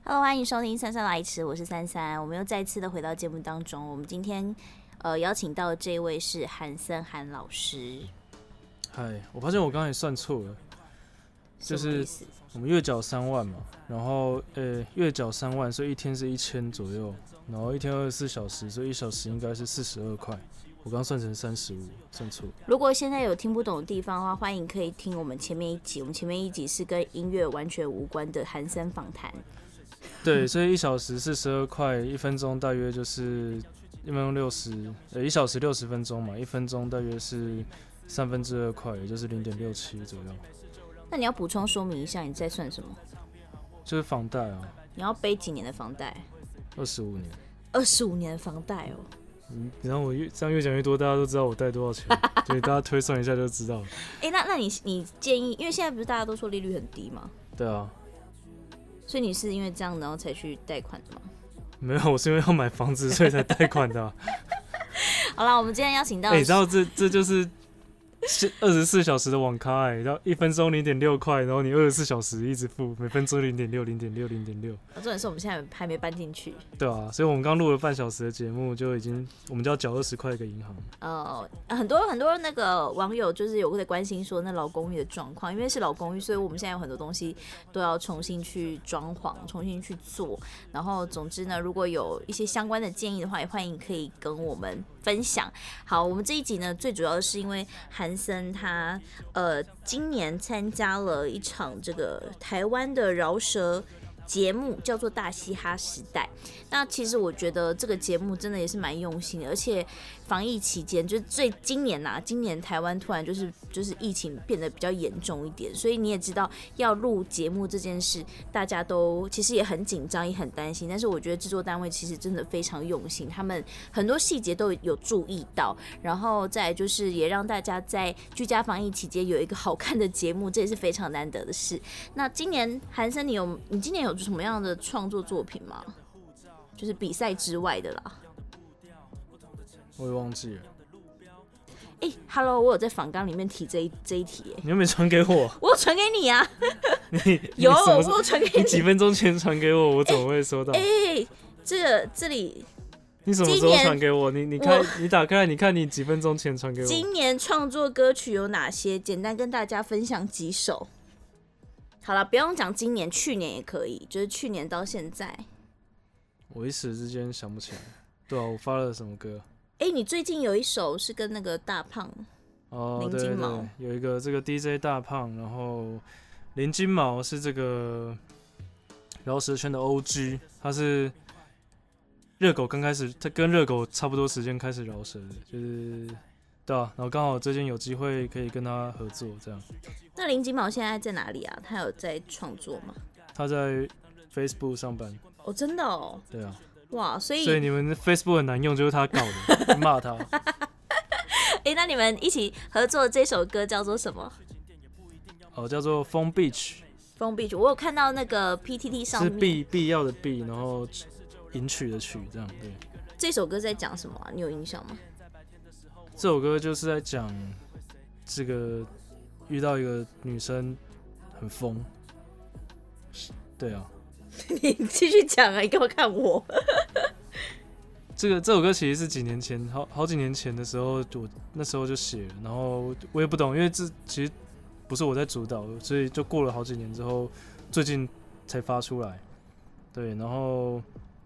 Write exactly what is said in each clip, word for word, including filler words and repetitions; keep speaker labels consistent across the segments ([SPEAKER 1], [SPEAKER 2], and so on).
[SPEAKER 1] Hello， 欢迎收听姗姗来迟，我是珊珊。我们又再次的回到节目当中。我们今天呃邀请到的这位是韩森韩老师。
[SPEAKER 2] 嗨，我发现我刚才算错了，就是我们月缴三万嘛，然后呃月缴三万，所以一天是一千左右，然后一天二十四小时，所以一小时应该是四十二块。我刚算成三十五，算错。
[SPEAKER 1] 如果现在有听不懂的地方的话，欢迎可以听我们前面一集。我们前面一集是跟音乐完全无关的韩森访谈。
[SPEAKER 2] 对，所以一小时四十二块，一分钟大约就是一分钟六十，呃，一小时六十分钟嘛，一分钟大约是三分之二块，也就是零点六七左右。
[SPEAKER 1] 那你要补充说明一下，你在算什么？
[SPEAKER 2] 就是房贷啊。
[SPEAKER 1] 你要背几年的房贷？
[SPEAKER 2] 二十五年。
[SPEAKER 1] 二十五年的房贷哦。
[SPEAKER 2] 嗯，然后我越这样越讲越多，大家都知道我贷多少钱，所以大家推算一下就知道了。
[SPEAKER 1] 哎、欸，那那你你建议，因为现在不是大家都说利率很低吗？
[SPEAKER 2] 对啊。
[SPEAKER 1] 所以你是因为这样然后才去贷款的吗？
[SPEAKER 2] 没有，我是因为要买房子所以才贷款的、啊。
[SPEAKER 1] 好啦，我们今天邀请到的、
[SPEAKER 2] 欸，你知道这这就是二十四小时的网咖哎、欸，然后一分钟零点六块，然后你二十四小时一直付，每分钟零点六、零点六、零点六。
[SPEAKER 1] 重点是我们现在还没搬进去。
[SPEAKER 2] 对啊，所以我们刚录了半小时的节目，就已经我们就要缴二十块给银行。
[SPEAKER 1] 呃，很多很多那个网友就是有在关心说那老公寓的状况，因为是老公寓，所以我们现在有很多东西都要重新去装潢，重新去做。然后总之呢，如果有一些相关的建议的话，也欢迎可以跟我们分享。好，我们这一集呢，最主要的是因为韩森他呃今年参加了一场这个台湾的饶舌节目，叫做《大嘻哈时代》。那其实我觉得这个节目真的也是蛮用心的，而且防疫期间，就是最今年呐、啊，今年台湾突然就是就是疫情变得比较严重一点，所以你也知道要录节目这件事，大家都其实也很紧张，也很担心。但是我觉得制作单位其实真的非常用心，他们很多细节都有注意到，然后再来就是也让大家在居家防疫期间有一个好看的节目，这也是非常难得的事。那今年韩森，你有你今年有什么样的创作作品吗？就是比赛之外的啦。
[SPEAKER 2] 我也忘记了。
[SPEAKER 1] 哎、欸、，Hello， 我有在访纲里面提这一这一题、欸，
[SPEAKER 2] 你又没传给我？
[SPEAKER 1] 我有传给你啊。
[SPEAKER 2] 你
[SPEAKER 1] 有，
[SPEAKER 2] 我
[SPEAKER 1] 有传给你。
[SPEAKER 2] 你几分钟前传给我，我怎么会收到？
[SPEAKER 1] 哎、欸，这个这里。
[SPEAKER 2] 你什么时候传给我？你你看，你打开来，你看你几分钟前传给我。
[SPEAKER 1] 今年创作歌曲有哪些？简单跟大家分享几首。好了，不用讲今年，去年也可以，就是去年到现在。
[SPEAKER 2] 我一时之间想不起来。对啊，我发了什么歌？
[SPEAKER 1] 哎、欸，你最近有一首是跟那个大胖
[SPEAKER 2] 哦，
[SPEAKER 1] 林金毛，
[SPEAKER 2] 对对对，有一个这个 D J 大胖，然后林金毛是这个饶舌圈的 O G， 他是热狗刚开始，他跟热狗差不多时间开始饶舌的，就是对啊，然后刚好最近有机会可以跟他合作，这样。
[SPEAKER 1] 那林金毛现在在哪里啊？他有在创作吗？
[SPEAKER 2] 他在 Facebook 上班。
[SPEAKER 1] 哦，真的哦。
[SPEAKER 2] 对啊。
[SPEAKER 1] 哇，所以
[SPEAKER 2] 所以你们 Facebook 很难用，就是他搞的，骂他。
[SPEAKER 1] 哎、欸，那你们一起合作的这首歌叫做什么？
[SPEAKER 2] 哦，叫做风 Beach。
[SPEAKER 1] 风 Beach， 我有看到那个 P T T 上面
[SPEAKER 2] 是必必要的必，然后迎曲的曲，这样对。
[SPEAKER 1] 这首歌在讲什么啊？你有印象吗？
[SPEAKER 2] 这首歌就是在讲这个遇到一个女生很疯，对啊。
[SPEAKER 1] 你继续讲啊！你干嘛看我？
[SPEAKER 2] 这个这首歌其实是几年前，好好几年前的时候，我那时候就写了，然后我也不懂，因为这其实不是我在主导的，所以就过了好几年之后，最近才发出来。对，然后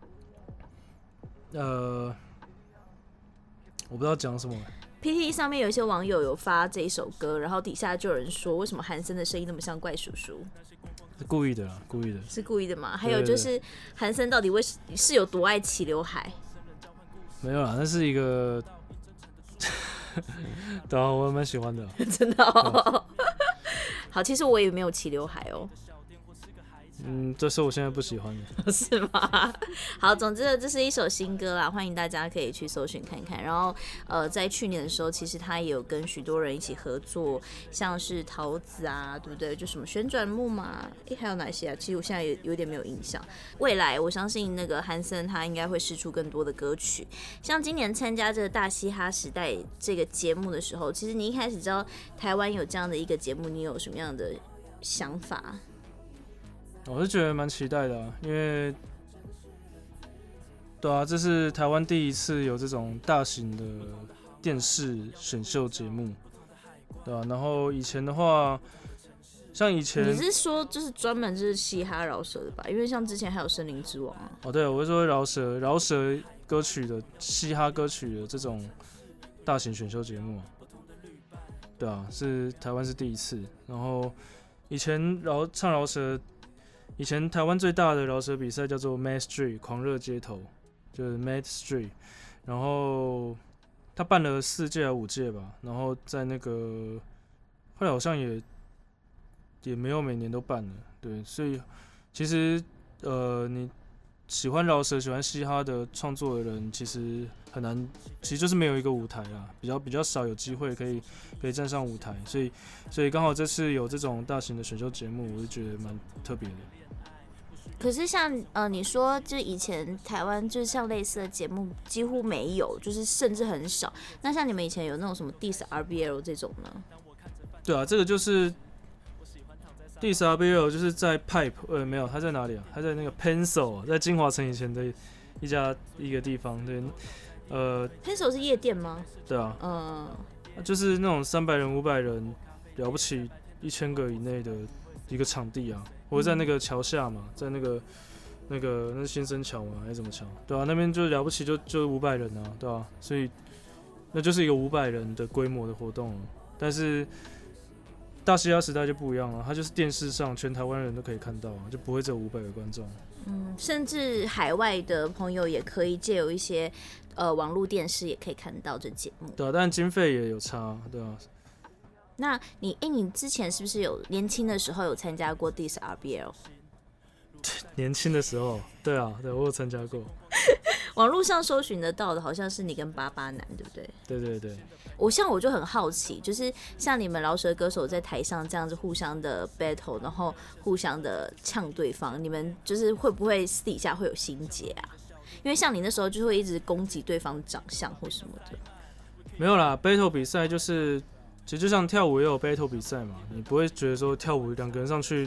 [SPEAKER 2] 呃，我不知道讲什么。
[SPEAKER 1] P T T 上面有一些网友有发这一首歌，然后底下就有人说，为什么韩森的声音那么像怪叔叔？
[SPEAKER 2] 是故意的啦，故意的。
[SPEAKER 1] 是故意的吗？还有就是韩森到底为是有多爱齐刘海？
[SPEAKER 2] 没有啦，那是一个，对啊，我蛮喜欢的。
[SPEAKER 1] 真的哦。好，其实我也没有齐刘海哦。
[SPEAKER 2] 嗯，这是我现在不喜欢的。
[SPEAKER 1] 是吗？好，总之这是一首新歌啦，欢迎大家可以去搜寻看看。然后，呃，在去年的时候，其实他也有跟许多人一起合作，像是桃子啊，对不对？就什么旋转木马，诶，还有哪些啊？其实我现在有有点没有印象。未来我相信那个韩森他应该会释出更多的歌曲。像今年参加这个大嘻哈时代这个节目的时候，其实你一开始知道台湾有这样的一个节目，你有什么样的想法？
[SPEAKER 2] 我是觉得蛮期待的啊，因为对啊，这是台湾第一次有这种大型的电视选秀节目，对啊，然后以前的话，像以前
[SPEAKER 1] 你是说就是专门就是嘻哈饶舌的吧？因为像之前还有森林之王啊。
[SPEAKER 2] 哦，对，我是说饶舌饶舌歌曲的嘻哈歌曲的这种大型选秀节目啊，对啊，是台湾是第一次。然后以前饶唱饶舌，以前台湾最大的饶舌比赛叫做 Math Street 狂热街头，就是 Math Street， 然后他办了四届还五届吧，然后在那个后来好像也也没有每年都办了，对，所以其实呃你喜欢饶舌、喜欢嘻哈的创作的人，其实很难，其实就是没有一个舞台啦，比较比较少有机会可以可以站上舞台，所以所以刚好这次有这种大型的选秀节目，我就觉得蛮特别的。
[SPEAKER 1] 可是像呃你说，就以前台湾就是像类似的节目几乎没有，就是甚至很少。那像你们以前有那种什么 Diss R B L 这种呢？
[SPEAKER 2] 对啊，这个就是 Diss R B L 就是在 Pipe， 呃没有，它在哪里啊？它在那个 Pencil， 在金华城以前的一家一个地方，对，呃
[SPEAKER 1] Pencil 是夜店吗？
[SPEAKER 2] 对啊，
[SPEAKER 1] 嗯，
[SPEAKER 2] 就是那种三百人、五百人，了不起一千个以内的一个场地啊。我在那个桥下嘛，在那个那个那是新生桥吗？还是什么桥？对啊，那边就了不起就就五百人啊，对啊，所以那就是一个五百人的规模的活动。但是大嘻哈时代就不一样了，它就是电视上全台湾人都可以看到，就不会只有五百个观众。
[SPEAKER 1] 嗯，甚至海外的朋友也可以借由一些呃网络电视也可以看到这节目。
[SPEAKER 2] 对啊，但经费也有差，对啊。
[SPEAKER 1] 那你哎、欸，你之前是不是有年轻的时候有参加过 Diss R B L？
[SPEAKER 2] 年轻的时候，对啊，对我有参加过。
[SPEAKER 1] 网络上搜寻得到的好像是你跟巴巴男，对不对？
[SPEAKER 2] 对对对。
[SPEAKER 1] 我像我就很好奇，就是像你们饶舌歌手在台上这样子互相的 battle， 然后互相的呛对方，你们就是会不会私底下会有心结啊？因为像你那时候就会一直攻击对方的长相或什么的。
[SPEAKER 2] 没有啦 ，battle 比赛就是，其实就像跳舞也有 battle 比赛嘛，你不会觉得说跳舞两个人上去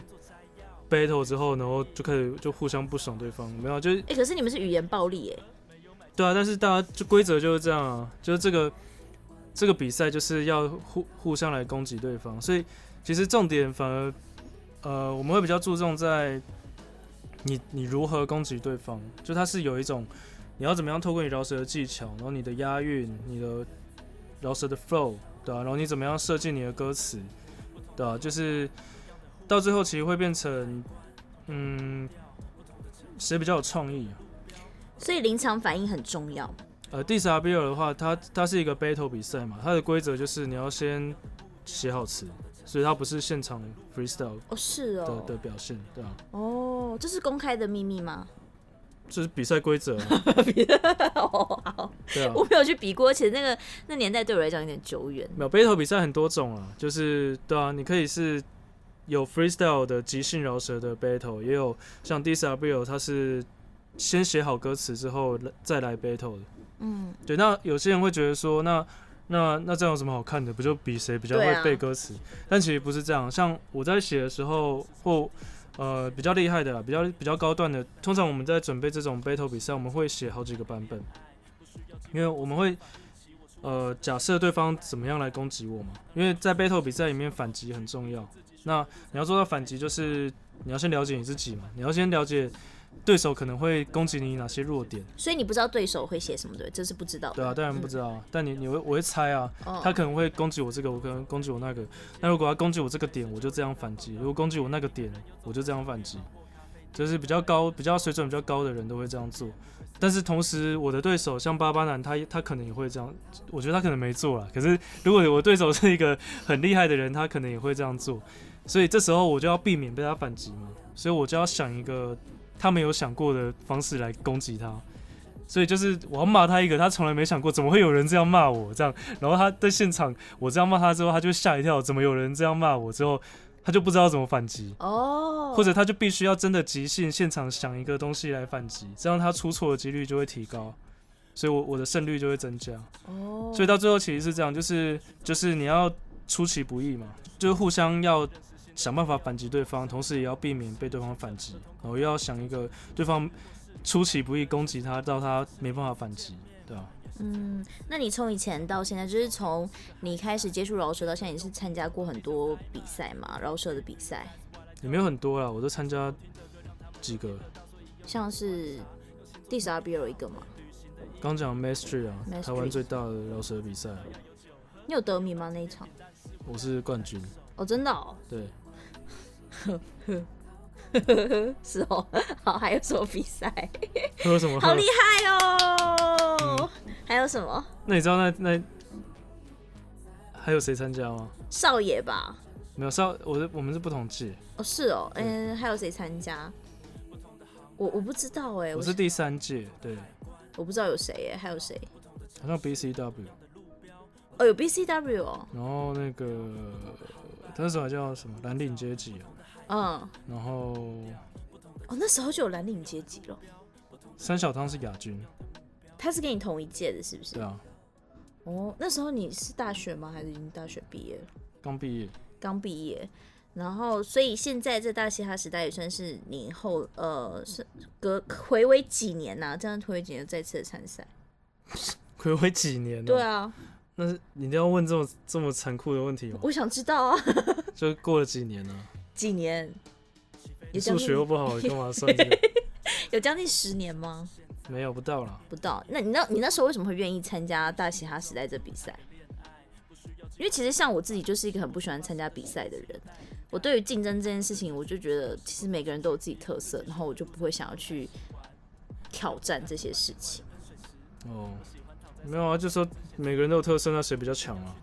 [SPEAKER 2] battle 之后，然后就开始就互相不爽对方，没有，就是
[SPEAKER 1] 哎、欸，可是你们是语言暴力哎、欸。
[SPEAKER 2] 对啊，但是大家就规则就是这样啊，就是这个这个比赛就是要互互相来攻击对方，所以其实重点反而呃我们会比较注重在你你如何攻击对方，就它是有一种你要怎么样透过你饶舌的技巧，然后你的押韵、你的饶舌的 flow， 对啊，然后你怎么样设计你的歌词，对啊，就是到最后其实会变成嗯谁比较有创意啊。
[SPEAKER 1] 所以临场反应很重要。
[SPEAKER 2] 呃 ，Diss R B L 的话，它它是一个 battle 比赛嘛，它的规则就是你要先写好词，所以它不是现场 freestyle
[SPEAKER 1] 哦，是哦
[SPEAKER 2] 的, 的表现，对啊。
[SPEAKER 1] 哦，这是公开的秘密吗？
[SPEAKER 2] 这是比赛规则。
[SPEAKER 1] 哦，好，
[SPEAKER 2] 对啊，
[SPEAKER 1] 我没有去比过，其实那个那年代对我来讲有点久远。
[SPEAKER 2] 没有 battle 比赛很多种啊，就是对啊，你可以是有 freestyle 的即兴饶舌的 battle， 也有像 Diss R B L 它是先写好歌词之后再来 battle 的。
[SPEAKER 1] 嗯，
[SPEAKER 2] 对，那有些人会觉得说，那那那这样有什么好看的？不就比谁比较会背歌词？啊、但其实不是这样。像我在写的时候，或呃比较厉害的啦，比较比较高段的，通常我们在准备这种 battle 比赛，我们会写好几个版本，因为我们会呃假设对方怎么样来攻击我嘛。因为在 battle 比赛里面反击很重要。那你要做到反击，就是你要先了解你自己嘛，你要先了解对手可能会攻击你哪些弱点，
[SPEAKER 1] 所以你不知道对手会写什么，对，这是不知道的。
[SPEAKER 2] 对啊，当然不知道，嗯、但你你会我会猜啊，
[SPEAKER 1] 哦、
[SPEAKER 2] 他可能会攻击我这个，我可能攻击我那个。那如果他攻击我这个点，我就这样反击；如果攻击我那个点，我就这样反击。就是比较高、比较水准比较高的人都会这样做。但是同时，我的对手像巴巴男，他他可能也会这样，我觉得他可能没做啦。可是如果我对手是一个很厉害的人，他可能也会这样做。所以这时候我就要避免被他反击嘛，所以我就要想一个他没有想过的方式来攻击他，所以就是我要骂他一个他从来没想过，怎么会有人这样骂我这样，然后他在现场我这样骂他之后，他就吓一跳，怎么有人这样骂我之后，他就不知道怎么反击哦，或者他就必须要真的即兴现场想一个东西来反击，这样他出错的几率就会提高，所以我我的胜率就会增加哦，所以到最后其实是这样，就是就是你要出其不意嘛，就是互相要想办法反击对方，同时也要避免被对方反击，然后又要想一个对方出其不意攻击他，到他没办法反击，对吧、啊？
[SPEAKER 1] 嗯，那你从以前到现在，就是从你开始接触饶舌到现在，你是参加过很多比赛吗？饶舌的比赛？
[SPEAKER 2] 也没有很多啦，我都参加几个，
[SPEAKER 1] 像是 D S R B 有一个吗？
[SPEAKER 2] 刚讲 Mastery 啊，
[SPEAKER 1] Mastery
[SPEAKER 2] 台湾最大的饶舌比赛，
[SPEAKER 1] 你有得名吗那一场？
[SPEAKER 2] 我是冠军。
[SPEAKER 1] 哦，真的哦。
[SPEAKER 2] 对。
[SPEAKER 1] 是哦。好，还有什么比赛？
[SPEAKER 2] 还有什么？
[SPEAKER 1] 好厉害哦、嗯！还有什么？
[SPEAKER 2] 那你知道那那还有谁参加吗？
[SPEAKER 1] 少爷吧。
[SPEAKER 2] 没有少，我的我们是不同届。
[SPEAKER 1] 哦，是哦。嗯、欸，还有谁参加？我我不知道哎、欸。
[SPEAKER 2] 我是第三届，对。
[SPEAKER 1] 我不知道有谁哎、欸，还有谁？
[SPEAKER 2] 好像 B C W。
[SPEAKER 1] 哦，有 B C W 哦。
[SPEAKER 2] 然后那个他那时候还叫什么蓝领阶级啊？
[SPEAKER 1] 嗯。
[SPEAKER 2] 然后
[SPEAKER 1] 哦，那时候就有蓝领阶级了。
[SPEAKER 2] 三小汤是亚军。
[SPEAKER 1] 他是跟你同一届的，是不是？
[SPEAKER 2] 对啊。
[SPEAKER 1] 哦，那时候你是大学吗？还是已经大学毕业了？
[SPEAKER 2] 刚毕业。
[SPEAKER 1] 刚毕业。然后，所以现在这大嘻哈时代也算是你后呃是隔回违几年呐、啊？这样回违几年再次的参赛？
[SPEAKER 2] 回违几年、喔？
[SPEAKER 1] 对啊。
[SPEAKER 2] 那是你一定要问这么这么残酷的问题吗？
[SPEAKER 1] 我想知道啊。
[SPEAKER 2] 就过了几年呢、啊？
[SPEAKER 1] 几年？
[SPEAKER 2] 你数学又不好，你干嘛算这个？
[SPEAKER 1] 有将近十年吗？
[SPEAKER 2] 没有，不到啦。
[SPEAKER 1] 不到。那你那你那时候为什么会愿意参加大嘻哈时代这比赛？因为其实像我自己就是一个很不喜欢参加比赛的人。我对于竞争这件事情，我就觉得其实每个人都有自己特色，然后我就不会想要去挑战这些事情。
[SPEAKER 2] 哦，没有啊，就说每个人都有特色，那谁比较强啊？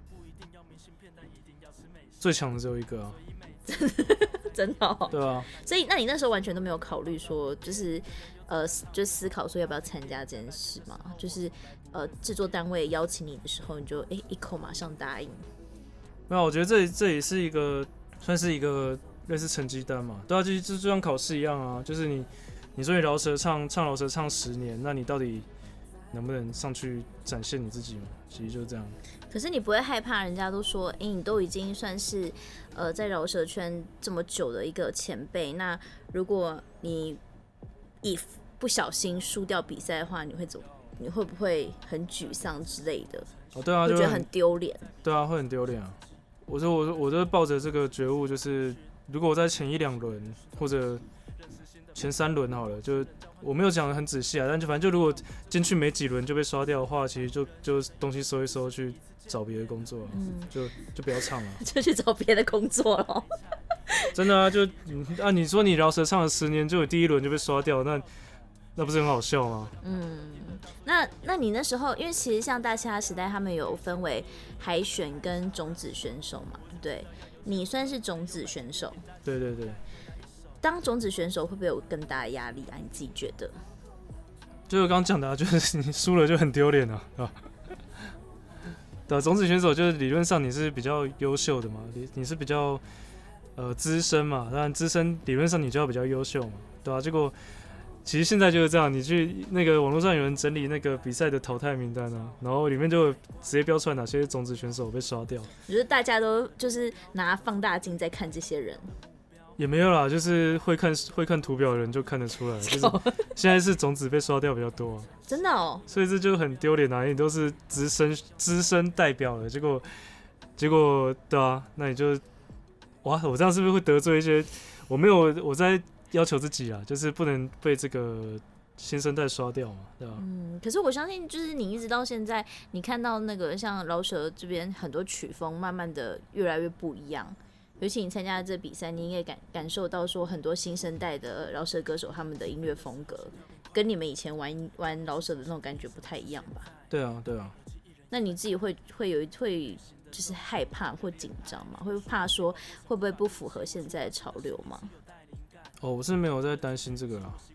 [SPEAKER 2] 最强的只有一个啊。
[SPEAKER 1] 真的、哦？
[SPEAKER 2] 对啊。
[SPEAKER 1] 所以，那你那时候完全都没有考虑说，就是呃，就思考说要不要参加这件事吗？就是呃，制作单位邀请你的时候，你就哎、欸、一口马上答应。
[SPEAKER 2] 没有，我觉得这这也是一个算是一个类似成绩单嘛，对啊，就就就像考试一样啊，就是你你说你饶舌唱唱饶舌唱十年，那你到底能不能上去展现你自己嘛？其实就是这样。
[SPEAKER 1] 可是你不会害怕人家都说，哎、欸，你都已经算是呃在饶舌圈这么久的一个前辈，那如果你一不小心输掉比赛的话，你会怎么？你会不会很沮丧之类的？
[SPEAKER 2] 哦，对啊，
[SPEAKER 1] 会觉得很丢脸。
[SPEAKER 2] 对啊，会很丢脸啊。我说我我就抱着这个觉悟，就是如果我在前一两轮或者前三轮好了，就我没有讲得很仔细啊，但就反正就如果进去没几轮就被刷掉的话，其实就就东西收一收去找别的工作、啊，嗯，就就不要唱了，
[SPEAKER 1] 就去找别的工作了。
[SPEAKER 2] 真的啊，就啊，你说你饶舌唱了十年，就有第一轮就被刷掉，那那不是很好笑吗？
[SPEAKER 1] 嗯，那那你那时候，因为其实像大嘻哈时代，他们有分为海选跟种子选手嘛，对不对？你算是种子选手。
[SPEAKER 2] 对对对。
[SPEAKER 1] 当种子选手会不会有更大的压力啊？你自己觉得？
[SPEAKER 2] 就是我刚刚讲的、啊，就是你输了就很丢脸啊，对吧？对，种子选手就是理论上你是比较优秀的嘛，你你是比较呃资深嘛，当然资深理论上你就要比较优秀嘛，对吧、啊？结果其实现在就是这样，你去那个网络上有人整理那个比赛的淘汰名单啊，然后里面就直接标出来哪些种子选手被刷掉。
[SPEAKER 1] 我觉得大家都就是拿放大镜在看这些人。
[SPEAKER 2] 也没有啦，就是会看会看图表的人就看得出来，就是现在是种子被刷掉比较多、啊，
[SPEAKER 1] 真的哦，
[SPEAKER 2] 所以这就很丢脸啊！你都是资深资深代表了，结果结果对啊，那你就哇，我这样是不是会得罪一些？我没有，我在要求自己啊，就是不能被这个新生代刷掉嘛，对吧？
[SPEAKER 1] 嗯，可是我相信，就是你一直到现在，你看到那个像饶舌这边很多曲风，慢慢的越来越不一样。尤其你参加这比赛，你应该感感受到说，很多新生代的饶舌歌手他们的音乐风格，跟你们以前玩玩饶舌的那种感觉不太一样吧？
[SPEAKER 2] 对啊，对啊。
[SPEAKER 1] 那你自己会会有会就是害怕或紧张吗？会怕说会不会不符合现在的潮流吗？
[SPEAKER 2] 哦，我是没有在担心这个啦。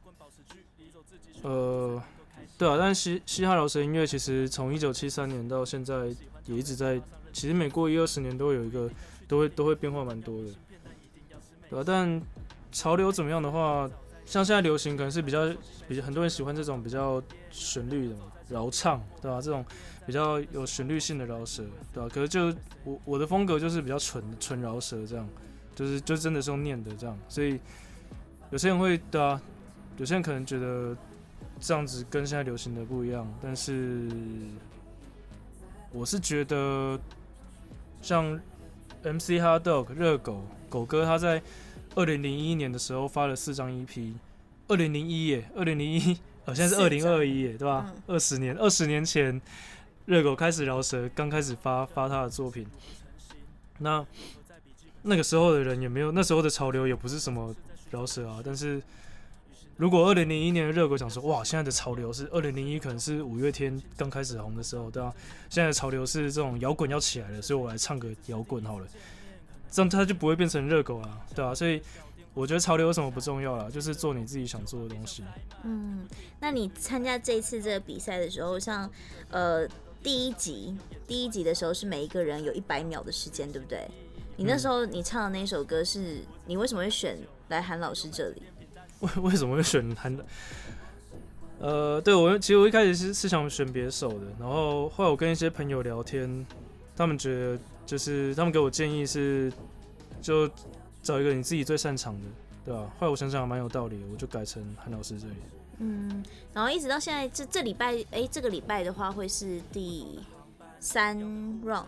[SPEAKER 2] 呃，对啊，但嘻嘻哈饶舌音乐其实从一九七三年到现在也一直在，其实每过一二十年都有一个。都会都会变化蛮多的，对吧、啊？但潮流怎么样的话，像现在流行可能是比较比较很多人喜欢这种比较旋律的嘛，饶唱，对吧、啊？这种比较有旋律性的饶舌，对吧、啊？可是就我我的风格就是比较纯纯饶舌这样， 就是就真的是用念的这样，所以有些人会对啊，有些人可能觉得这样子跟现在流行的不一样，但是我是觉得像 M C Hot Dog 热狗狗哥他在二零零一年的时候发了四张 E P， 二零零一耶，二零零一，呃，现在是二零二一耶，对吧？二十、嗯、年，二十年前，热狗开始饶舌，刚开始发发他的作品。那那个时候的人也没有，那时候的潮流也不是什么饶舌啊。但是如果二零零一年的热狗想说，哇，现在的潮流是二零零一可能是五月天刚开始红的时候，对吧、啊？现在的潮流是这种摇滚要起来了，所以我来唱个摇滚好了。这样他就不会变成热狗啦，对啊，所以我觉得潮流有什么不重要啦，就是做你自己想做的东西。
[SPEAKER 1] 嗯，那你参加这一次这个比赛的时候，像呃第一集第一集的时候是每一个人有一百秒的时间，对不对？你那时候你唱的那首歌是，你为什么会选来韩老师这里？
[SPEAKER 2] 为为什么会选韩？呃，对我其实我一开始是是想选别首的，然后后来我跟一些朋友聊天，他们觉得。就是他们给我建议是，就找一个你自己最擅长的，对吧、啊？后来我想想蛮有道理的，我就改成韩老师这里。
[SPEAKER 1] 嗯，然后一直到现在，这这礼拜，哎，这个礼拜的话会是第三 round，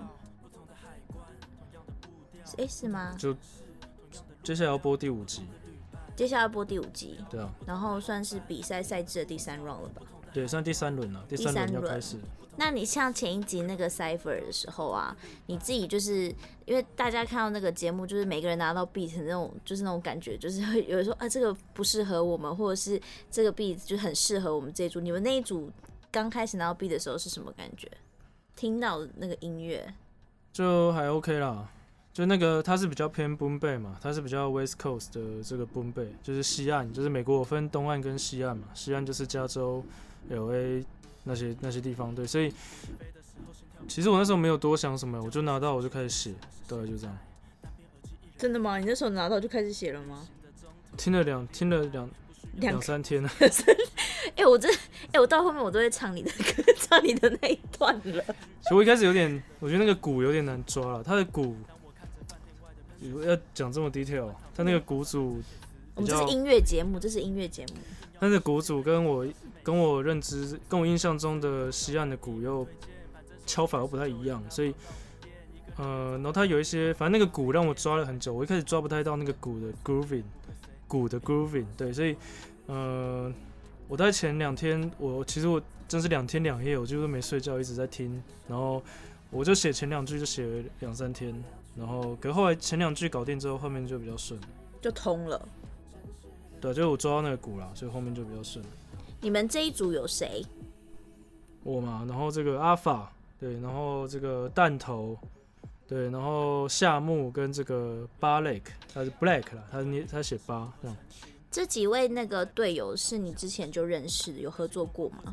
[SPEAKER 1] 哎是吗？
[SPEAKER 2] 就接下来要播第五集。
[SPEAKER 1] 接下来要播第五集。
[SPEAKER 2] 对啊。
[SPEAKER 1] 然后算是比赛赛制的第三 round 了吧？
[SPEAKER 2] 对，算第三轮了，第三轮要开始。
[SPEAKER 1] 那你像前一集那个 Cypher 的时候啊，你自己就是因为大家看到那个节目，就是每个人拿到 beat 的那种，就是那种感觉，就是会有人说啊这个不适合我们，或者是这个 beat 就很适合我们这一组。你们那一组刚开始拿到 beat 的时候是什么感觉？听到那个音乐
[SPEAKER 2] 就还 OK 啦，就那个它是比较偏 boom bap 嘛，它是比较 West Coast 的这个 boom bap， 就是西岸，就是美国有分东岸跟西岸嘛，西岸就是加州、L A。那些那些地方，对，所以其实我那时候没有多想什么，我就拿到我就开始写，大概就这样。
[SPEAKER 1] 真的吗？你那时候拿到就开始写了吗？
[SPEAKER 2] 听了两听了两两三天了。
[SPEAKER 1] 哎欸，我真哎、欸，我到后面我都会唱你的歌，唱你的那一段了。
[SPEAKER 2] 所以我一开始有点，我觉得那个鼓有点难抓了，他的鼓要讲这么 detail， 他那个鼓组，
[SPEAKER 1] 我们这是音乐节目，这是音乐节目。
[SPEAKER 2] 他的鼓组跟我跟我认知、跟我印象中的西岸的鼓又敲法又不太一样，所以呃，然后他有一些，反正那个鼓让我抓了很久，我一开始抓不太到那个鼓的 grooving， 鼓的 grooving， 对，所以呃，我在前两天，我其实我真是两天两夜，我几乎都没睡觉，一直在听，然后我就写前两句就写了两三天，然后可后来前两句搞定之后，后面就比较顺，
[SPEAKER 1] 就通了。
[SPEAKER 2] 对，就是我抓到那个鼓啦，所以后面就比较顺。
[SPEAKER 1] 你们这一组有谁？
[SPEAKER 2] 我嘛，然后这个阿法，对，然后这个弹头，对，然后夏木跟这个巴 Lake， 他是 Black 啦，他捏他写巴这样。
[SPEAKER 1] 这几位那个队友是你之前就认识的，有合作过吗？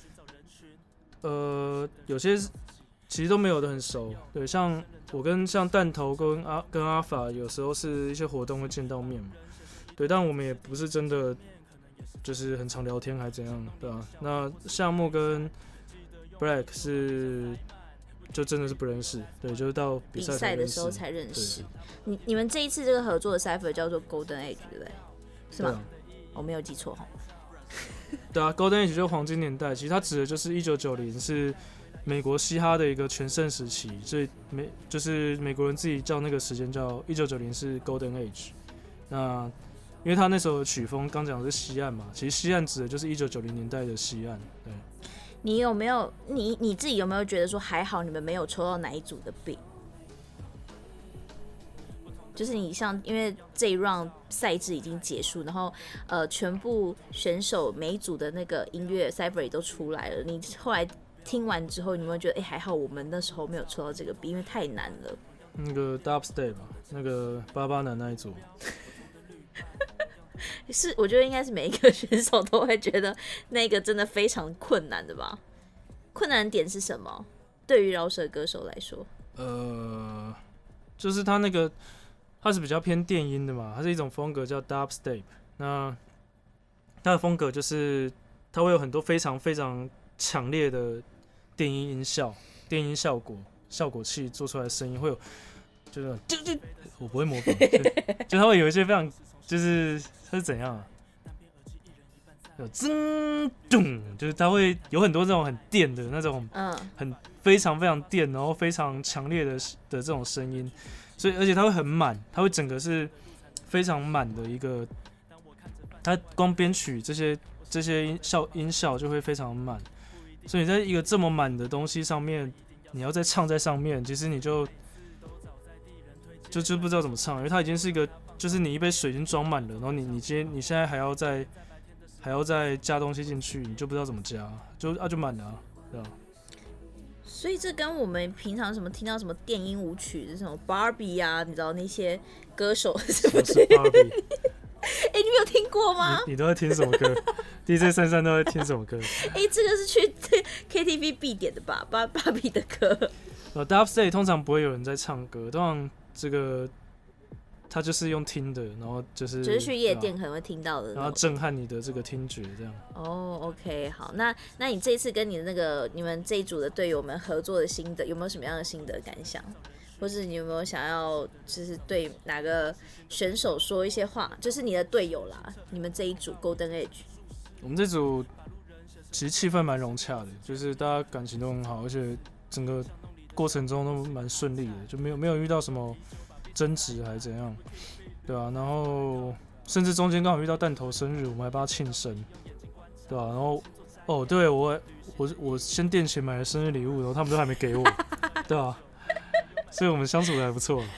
[SPEAKER 2] 呃，有些其实都没有的很熟，对，像我跟像弹头跟阿跟阿法，有时候是一些活动会见到面嘛。对，但我们也不是真的就是很常聊天还怎样，对吧、啊？那夏木跟 Black 是就真的是不认识，对，就是到比赛
[SPEAKER 1] 比赛的时候才认识。你你们这一次这个合作的 Cypher 叫做 Golden Age， 对不对？是吗？我、啊哦、没有记错哈。
[SPEAKER 2] 对啊 ，Golden Age 就是黄金年代，其实它指的就是一九九零是美国嘻哈的一个全盛时期，所以美就是美国人自己叫那个时间叫一九九零是 Golden Age。那因为他那时候的曲风刚讲的是西岸嘛，其实西岸指的就是一九九零年代的西岸。对，
[SPEAKER 1] 你有没有你你自己有没有觉得说还好你们没有抽到哪一组的 beat？ 就是你像因为这一 round 赛制已经结束，然后呃全部选手每一组的那个音乐 Cypher 也都出来了，你后来听完之后，你有没有觉得哎、欸、还好我们那时候没有抽到这个 beat， 因为太难了。
[SPEAKER 2] 那个 Dubstep 吧，那个巴巴男那一组。
[SPEAKER 1] 是，我觉得应该是每一个选手都会觉得那个真的非常困难的吧？困难的点是什么？对于饶舌歌手来说，
[SPEAKER 2] 呃，就是他那个他是比较偏电音的嘛，它是一种风格叫 Dubstep。那它的风格就是它会有很多非常非常强烈的电音音效、电音效果、效果器做出来的声音，会有就是就就我不会模仿，就, 就他会有一些非常就是他是怎样啊？有噌咚，就是他会有很多这种很电的那种，嗯，很非常非常电，然后非常强烈的的这种声音，所以而且它会很满，它会整个是非常满的一个，它光编曲这些这些音效音效就会非常满，所以在一个这么满的东西上面，你要再唱在上面，其实你就就就不知道怎么唱，因为它已经是一个，就是你一杯水已经装满了，然后你你今天你现在还要再还要再加东西进去，你就不知道怎么加，就啊就满了、啊，对吧？
[SPEAKER 1] 所以这跟我们平常什么听到什么电音舞曲，什么 Barbie 啊，你知道那些歌手是不是
[SPEAKER 2] ？Barbie，
[SPEAKER 1] 哎、欸，你没有听过吗？
[SPEAKER 2] 你, 你都在听什么歌？D J 珊珊都在听什么歌？
[SPEAKER 1] 哎、欸，这个是去 K T V 必点的吧 ？Barbie 的歌。
[SPEAKER 2] 呃 ，Dubstep 通常不会有人在唱歌，通常这个他就是用听的，然后就是
[SPEAKER 1] 就是去夜店可能会听到的，
[SPEAKER 2] 然后震撼你的这个听觉，这样。
[SPEAKER 1] 哦、oh, ，OK， 好，那那你这一次跟你的那个你们这一组的队友们合作的心得，有没有什么样的心得感想？或是你有没有想要就是对哪个选手说一些话？就是你的队友啦，你们这一组 Golden Age。
[SPEAKER 2] 我们这组其实气氛蛮融洽的，就是大家感情都很好，而且整个过程中都蛮顺利的，就没有没有遇到什么争执还是怎样，对啊，然后甚至中间刚好遇到弹头生日，我们还帮他庆生，对啊，然后哦，对我我我先垫钱买了生日礼物，然后他们都还没给我，对啊，所以我们相处的还不错。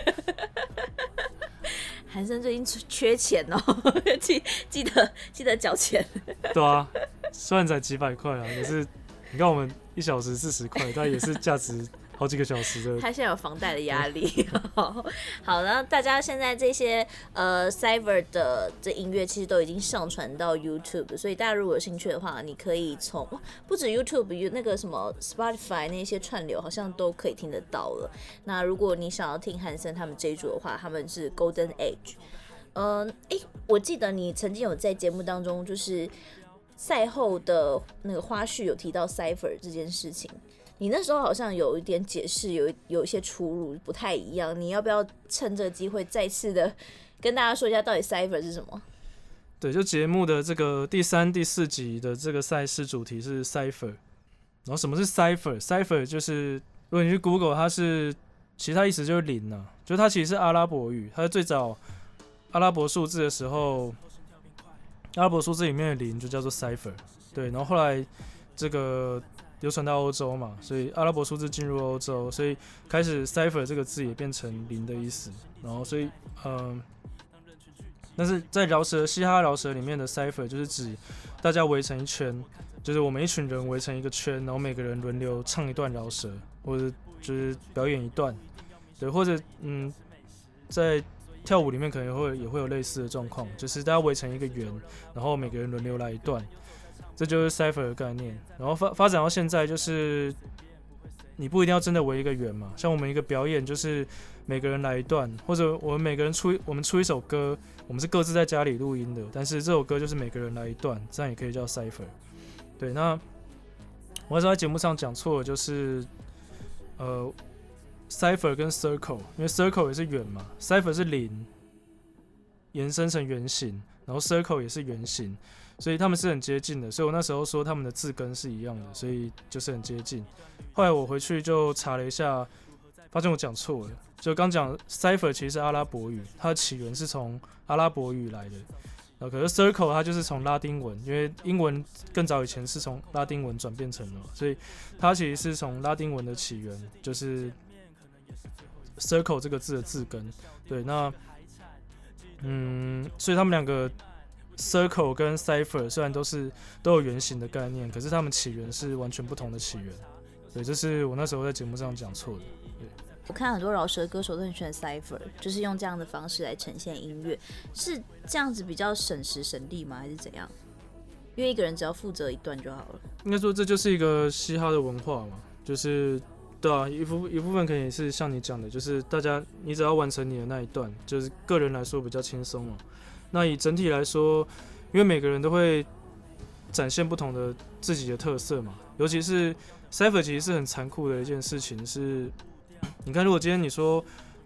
[SPEAKER 1] 韩生最近缺钱哦，记记得记得缴钱。
[SPEAKER 2] 对啊，虽然才几百块啊，可是你看我们一小时四十块，但也是价值好几个小时的。
[SPEAKER 1] 他现在有房贷的压力。好，好，然后大家现在这些呃 Cypher 的这音乐其实都已经上传到 YouTube， 所以大家如果有兴趣的话，你可以从不止 YouTube 有那个什么 Spotify 那些串流好像都可以听得到了。那如果你想要听韩森他们这一组的话，他们是 Golden Age。嗯、呃，哎，我记得你曾经有在节目当中就是赛后的那个花絮有提到 Cypher 这件事情。你那时候好像有一点解释，有有一些出入，不太一样。你要不要趁这个机会再次的跟大家说一下，到底 Cypher 是什么？
[SPEAKER 2] 对，就节目的这个第三、第四集的这个赛事主题是 Cypher。然后什么是 Cypher？Cypher 就是如果你去 Google， 它是其实它意思就是零啊，就它其实是阿拉伯语，它最早阿拉伯数字的时候，阿拉伯数字里面的零就叫做 Cypher。对，然后后来这个流传到欧洲嘛，所以阿拉伯数字进入欧洲，所以开始 Cypher 这个字也变成零的意思。然后所以嗯，但是在饶舌嘻哈饶舌里面的 Cypher 就是指大家围成一圈，就是我们一群人围成一个圈，然后每个人轮流唱一段饶舌，或者就是表演一段，对，或者嗯，在跳舞里面可能会也会有类似的状况，就是大家围成一个圆，然后每个人轮流来一段。这就是 Cypher 的概念，然后 发, 发展到现在，就是你不一定要真的围一个圆嘛。像我们一个表演，就是每个人来一段，或者我们每个人出我们出一首歌，我们是各自在家里录音的，但是这首歌就是每个人来一段，这样也可以叫 Cypher。对，那我那时候在节目上讲错了，就是呃 Cypher 跟 Circle， 因为 Circle 也是圆嘛 ，Cypher 是零延伸成圆形，然后 Circle 也是圆形。所以他们是很接近的，所以我那时候说他们的字根是一样的，所以就是很接近。后来我回去就查了一下，发现我讲错了。就刚讲 Cypher 其实是阿拉伯语，它的起源是从阿拉伯语来的。然后可是 Circle 它就是从拉丁文，因为英文更早以前是从拉丁文转变成的，所以它其实是从拉丁文的起源，就是 Circle 这个字的字根。对，那嗯，所以他们两个。Circle 跟 Cypher 虽然都是都有圆形的概念，可是他们起源是完全不同的起源。对，这是我那时候在节目上讲错的。对，
[SPEAKER 1] 我看很多饶舌歌手都很喜欢 Cypher， 就是用这样的方式来呈现音乐，是这样子比较省时省力吗？还是怎样？因为一个人只要负责一段就好了。
[SPEAKER 2] 应该说这就是一个嘻哈的文化嘛，就是对啊，一部一部分可能也是像你讲的，就是大家你只要完成你的那一段，就是个人来说比较轻松嘛。那以整体来说，因为每个人都会展现不同的自己的特色嘛，尤其是 Cypher 其实是很残酷的一件事情是，你看如果今天你说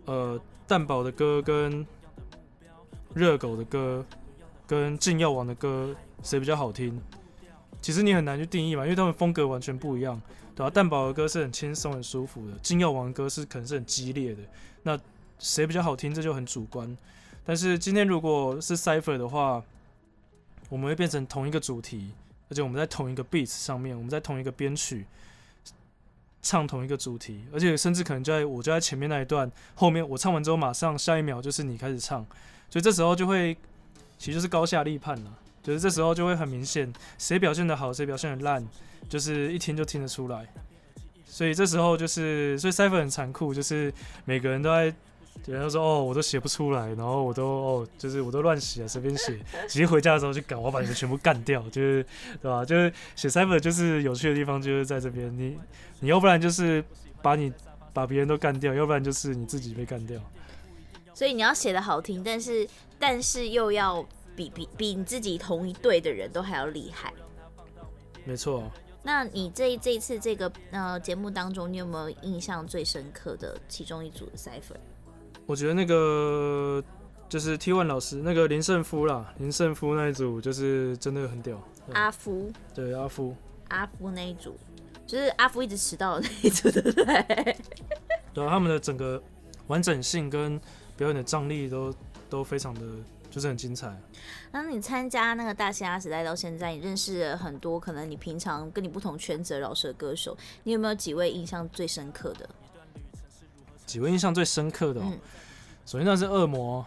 [SPEAKER 2] 呃蛋堡的歌跟热狗的歌跟禁药王的歌谁比较好听？其实你很难去定义嘛，因为他们风格完全不一样，对吧、啊？蛋堡的歌是很轻松、很舒服的，禁药王的歌是可能是很激烈的。那谁比较好听，这就很主观。但是今天如果是 Cypher 的话，我们会变成同一个主题，而且我们在同一个 beat 上面，我们在同一个编曲唱同一个主题，而且甚至可能就在我就在前面那一段，后面我唱完之后，马上下一秒就是你开始唱，所以这时候就会其实就是高下立判了。就是这时候就会很明显，谁表现得好，谁表现得烂，就是一听就听得出来。所以这时候就是，所以 Cypher 很残酷，就是每个人都在，有人都说哦，我都写不出来，然后我都哦，就是我都乱写，随便写，直接回家的时候就赶，我要把你们全部干掉，就是对吧？就是写 Cypher 就是有趣的地方就是在这边，你你要不然就是把你把别人都干掉，要不然就是你自己被干掉。
[SPEAKER 1] 所以你要写得好听，但是但是又要。比比比你自己同一队的人都还要厉害，
[SPEAKER 2] 没错。
[SPEAKER 1] 那你这这一次这个呃节目当中，你有没有印象最深刻的其中一组的 Cypher？
[SPEAKER 2] 我觉得那个就是 T 一 老师那个林胜夫啦，林胜夫那一组就是真的很屌。
[SPEAKER 1] 阿夫，
[SPEAKER 2] 对阿夫，
[SPEAKER 1] 阿夫那一组就是阿夫一直迟到的那一组，对不对？
[SPEAKER 2] 对啊，他们的整个完整性跟表演的张力都都非常的。就是很精彩。
[SPEAKER 1] 那你参加那个大嘻哈时代到现在，你认识了很多可能你平常跟你不同圈子的饶舌歌手，你有没有几位印象最深刻的？
[SPEAKER 2] 几位印象最深刻的、哦嗯，首先那是恶魔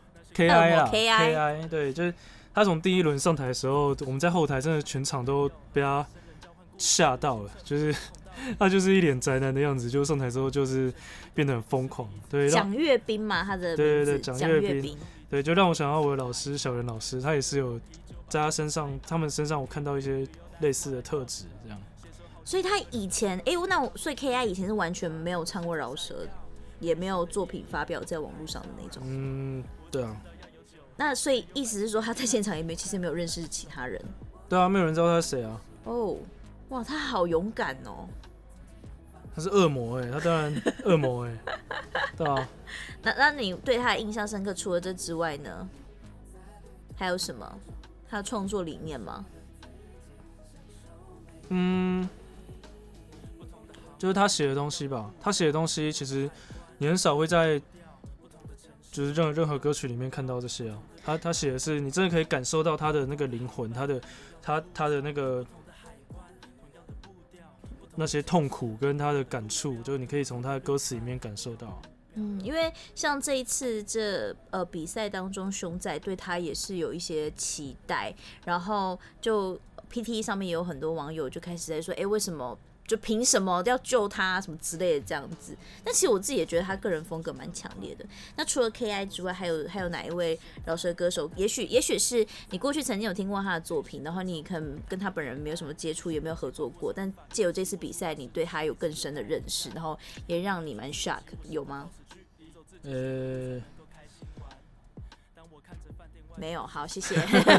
[SPEAKER 2] K I 啦
[SPEAKER 1] ，K I，
[SPEAKER 2] 对，就是他从第一轮上台的时候，我们在后台真的全场都被他吓到了，就是他就是一脸宅男的样子，就上台之后就是变得很疯狂。对，
[SPEAKER 1] 蒋岳彬嘛，他的名字
[SPEAKER 2] 对对对，蒋岳
[SPEAKER 1] 彬。
[SPEAKER 2] 对，就让我想到我的老师小袁老师，他也是有在他身上，他们身上我看到一些类似的特质，这样。
[SPEAKER 1] 所以他以前，哎、欸，那我所以 K I 以前是完全没有唱过饶舌，也没有作品发表在网络上的那种。
[SPEAKER 2] 嗯，对啊。
[SPEAKER 1] 那所以意思是说他在现场也没其实没有认识其他人。
[SPEAKER 2] 对啊，没有人知道他是谁啊。
[SPEAKER 1] 哦，哇，他好勇敢哦。
[SPEAKER 2] 他是恶魔哎、欸，他当然恶魔哎、欸，对啊。
[SPEAKER 1] 那那你对他的印象深刻，除了这之外呢，还有什么？他的创作理念吗？
[SPEAKER 2] 嗯，就是他写的东西吧。他写的东西其实你很少会在就是任何任何歌曲里面看到这些啊。他他写的是你真的可以感受到他的那个灵魂，他的他他的那个。那些痛苦跟他的感触，就是你可以从他的歌词里面感受到。
[SPEAKER 1] 嗯，因为像这一次这呃比赛当中，熊仔对他也是有一些期待，然后就 P T E 上面也有很多网友就开始在说，哎、欸，为什么就凭什么要救他什么之类的这样子？但其实我自己也觉得他个人风格蛮强烈的。那除了 K I 之外，还有还有哪一位饶舌歌手？也许也许是你过去曾经有听过他的作品，然后你可能跟他本人没有什么接触，也没有合作过，但借由这次比赛，你对他有更深的认识，然后也让你蛮 shock， 有吗？
[SPEAKER 2] 呃，
[SPEAKER 1] 没有，好，谢谢。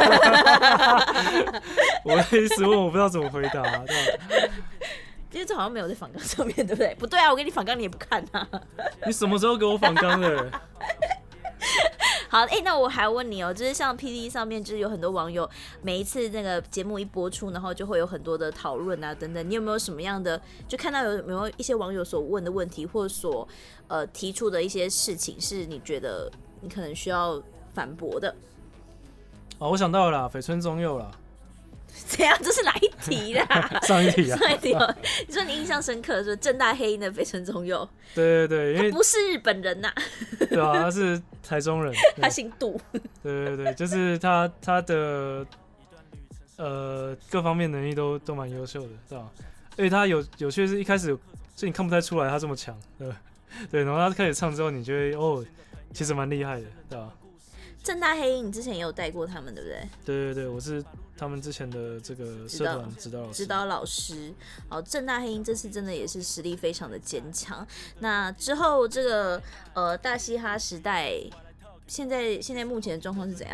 [SPEAKER 2] 我的意思问我不知道怎么回答、啊，对吧？
[SPEAKER 1] 因为这好像没有在访纲上面，对不对？不对啊，我给你访纲你也不看啊。
[SPEAKER 2] 你什么时候给我访纲的？
[SPEAKER 1] 好，哎、欸，那我还问你哦、喔，就是像 P D 上面，就是有很多网友，每一次那个节目一播出，然后就会有很多的讨论啊，等等。你有没有什么样的，就看到有没有一些网友所问的问题，或者所呃提出的一些事情，是你觉得你可能需要反驳的？
[SPEAKER 2] 哦，我想到了啦，绯村宗佑啦。
[SPEAKER 1] 怎样？这是哪一题啦？
[SPEAKER 2] 上一题啊。
[SPEAKER 1] 上一题哦。你说你印象深刻的是正大黑鹰的绯村宗佑。
[SPEAKER 2] 对对对，因为
[SPEAKER 1] 他不是日本人呐、啊。
[SPEAKER 2] 对啊，他是台中人。
[SPEAKER 1] 他姓杜。对
[SPEAKER 2] 对对，就是他他的呃各方面能力都都蛮优秀的，对吧？而且他有有趣的是一开始就你看不太出来他这么强，对对，然后他开始唱之后，你觉得哦，其实蛮厉害的，对吧？
[SPEAKER 1] 正大黑鹰，你之前也有带过他们，对不对？
[SPEAKER 2] 对对对，我是他们之前的这个社团指导老师。
[SPEAKER 1] 指导老师，好，正大黑鹰这次真的也是实力非常的坚强。那之后这个呃大嘻哈时代，现在现在目前的状况是怎样？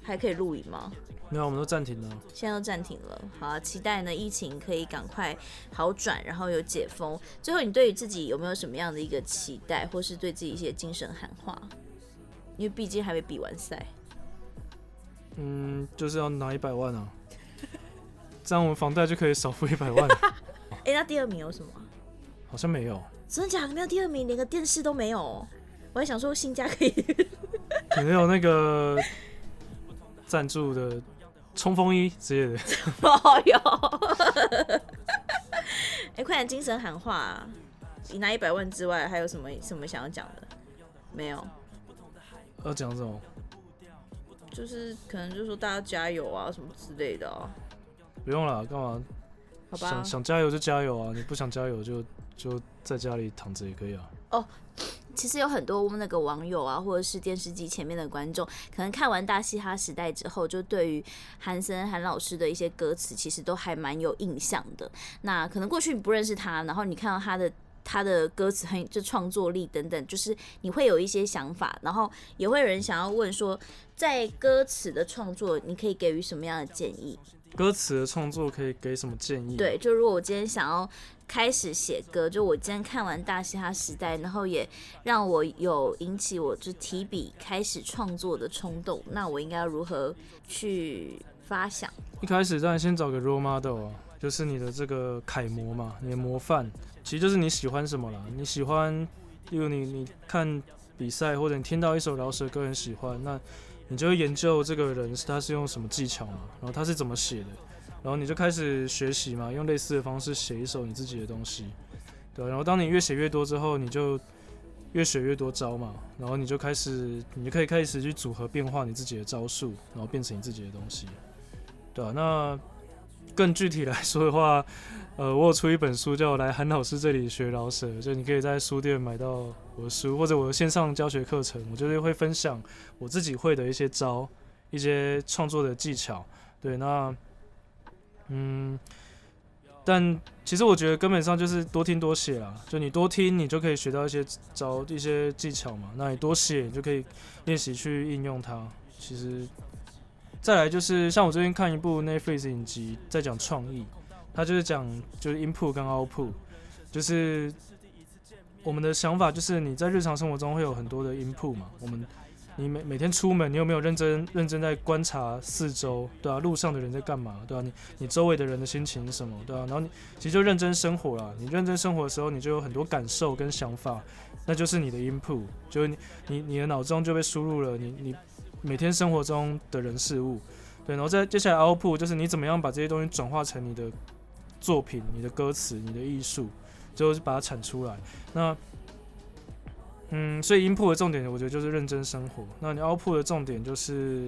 [SPEAKER 1] 还可以录影吗？
[SPEAKER 2] 没有，我们都暂停了。
[SPEAKER 1] 现在都暂停了。好、啊，期待呢疫情可以赶快好转，然后有解封。最后，你对于自己有没有什么样的一个期待，或是对自己一些精神喊话？因为毕竟还没比完赛。
[SPEAKER 2] 嗯，就是要拿一百万啊，这样我们房贷就可以少付一百万了。
[SPEAKER 1] 哎、欸，那第二名有什么？
[SPEAKER 2] 好像没有。
[SPEAKER 1] 真的假的？没有第二名，连个电视都没有。我还想说新家可以。
[SPEAKER 2] 可能有那个赞助的冲锋衣之类的。
[SPEAKER 1] 哦哟！哎，快点精神喊话、啊！你拿一百万之外，还有什么什么想要讲的？没有。
[SPEAKER 2] 要讲什么？
[SPEAKER 1] 就是可能就说大家加油啊，什么之类的啊。
[SPEAKER 2] 不用啦，干嘛？
[SPEAKER 1] 好吧。
[SPEAKER 2] 想想加油就加油啊，你不想加油就就在家里躺着也可以啊。
[SPEAKER 1] 哦。其实有很多那个网友啊，或者是电视机前面的观众，可能看完《大嘻哈时代》之后，就对于韩森韩老师的一些歌词，其实都还蛮有印象的。那可能过去你不认识他，然后你看到他的他的歌词很就创作力等等，就是你会有一些想法，然后也会有人想要问说，在歌词的创作，你可以给予什么样的建议？
[SPEAKER 2] 歌词的创作可以给什么建议？
[SPEAKER 1] 对，就如果我今天想要开始写歌，就我今天看完《大嘻哈时代》，然后也让我有引起我就提笔开始创作的冲动，那我应该要如何去发想？
[SPEAKER 2] 一开始当然先找个 role model 啊，就是你的这个楷模嘛，你的模范，其实就是你喜欢什么啦。你喜欢，例如你你看比赛或者你听到一首饶舌歌很喜欢，那你就会研究这个人他是用什么技巧嘛，然后他是怎么写的。然后你就开始学习嘛，用类似的方式写一首你自己的东西，对。然后当你越写越多之后，你就越学越多招嘛，然后你就开始，你就可以开始去组合变化你自己的招数，然后变成你自己的东西，对啊。那更具体来说的话，呃，我有出一本书叫《来韩老师这里学饶舌》，就你可以在书店买到我的书，或者我的线上教学课程，我就是会分享我自己会的一些招，一些创作的技巧，对。那嗯，但其实我觉得根本上就是多听多写啦。就你多听，你就可以学到一些招、一些技巧嘛。那你多写，你就可以练习去应用它。其实，再来就是像我最近看一部 Netflix 影集，在讲创意，它就是讲就是 input 跟 output， 就是我们的想法就是你在日常生活中会有很多的 input 嘛，我们。你 每, 每天出门，你有没有认真认真在观察四周，对啊，路上的人在干嘛，对啊，你你周围的人的心情是什么，对啊，然后你其实就认真生活啦。你认真生活的时候，你就有很多感受跟想法，那就是你的 input， 就是你你你的脑中就被输入了你你每天生活中的人事物，对，然后再接下来 output 就是你怎么样把这些东西转化成你的作品、你的歌词、你的艺术，就是把它产出来。那嗯，所以 input 的重点，我觉得就是认真生活。那你 output 的重点就是，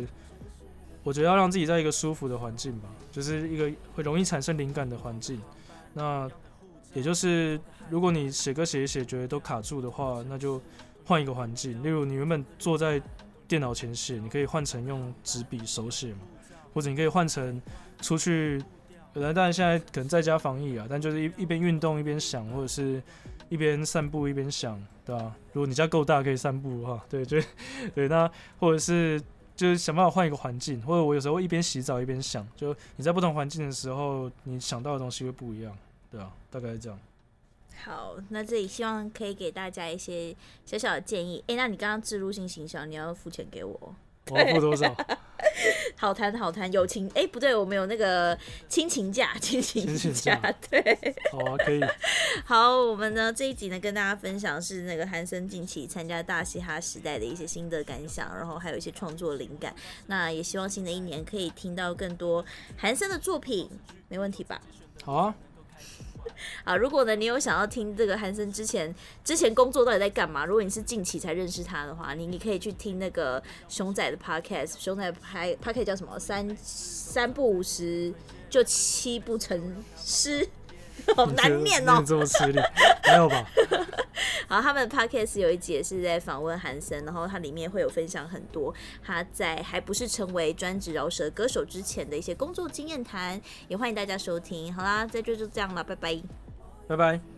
[SPEAKER 2] 我觉得要让自己在一个舒服的环境吧，就是一个会容易产生灵感的环境。那也就是，如果你写歌写一写觉得都卡住的话，那就换一个环境。例如你原本坐在电脑前写，你可以换成用纸笔手写嘛，或者你可以换成出去。当然现在可能在家防疫啊，但就是一一边运动一边想，或者是一边散步一边想，对吧、啊？如果你家够大可以散步的话，对，就对，那或者是就是想办法换一个环境，或者我有时候一边洗澡一边想，就你在不同环境的时候，你想到的东西会不一样，对啊，大概是这样。
[SPEAKER 1] 好，那这里希望可以给大家一些小小的建议。哎，那你刚刚置入性行销，你要付钱给我？
[SPEAKER 2] 我要付多少？
[SPEAKER 1] 好谈好谈，友情哎，不对，我们有那个亲情价，亲情价，对，
[SPEAKER 2] 好啊，可以。
[SPEAKER 1] 好，我们呢这一集呢跟大家分享是那个韩森近期参加大嘻哈时代的一些心得感想，然后还有一些创作灵感。那也希望新的一年可以听到更多韩森的作品，没问题吧？
[SPEAKER 2] 好啊。
[SPEAKER 1] 好，如果呢你有想要听这个韩森之前之前工作到底在干嘛，如果你是近期才认识他的话，你你可以去听那个熊仔的 podcast， 熊仔的 podcast 叫什么？三三不五时就七不成诗，好难念哦、喔。
[SPEAKER 2] 你这么吃力，没有吧？
[SPEAKER 1] 好，他们的 podcast 有一节是在访问韩森，然后他里面会有分享很多他在还不是成为专职饶舌歌手之前的一些工作经验谈，也欢迎大家收听。好啦，这就就这样了，拜拜，
[SPEAKER 2] 拜拜。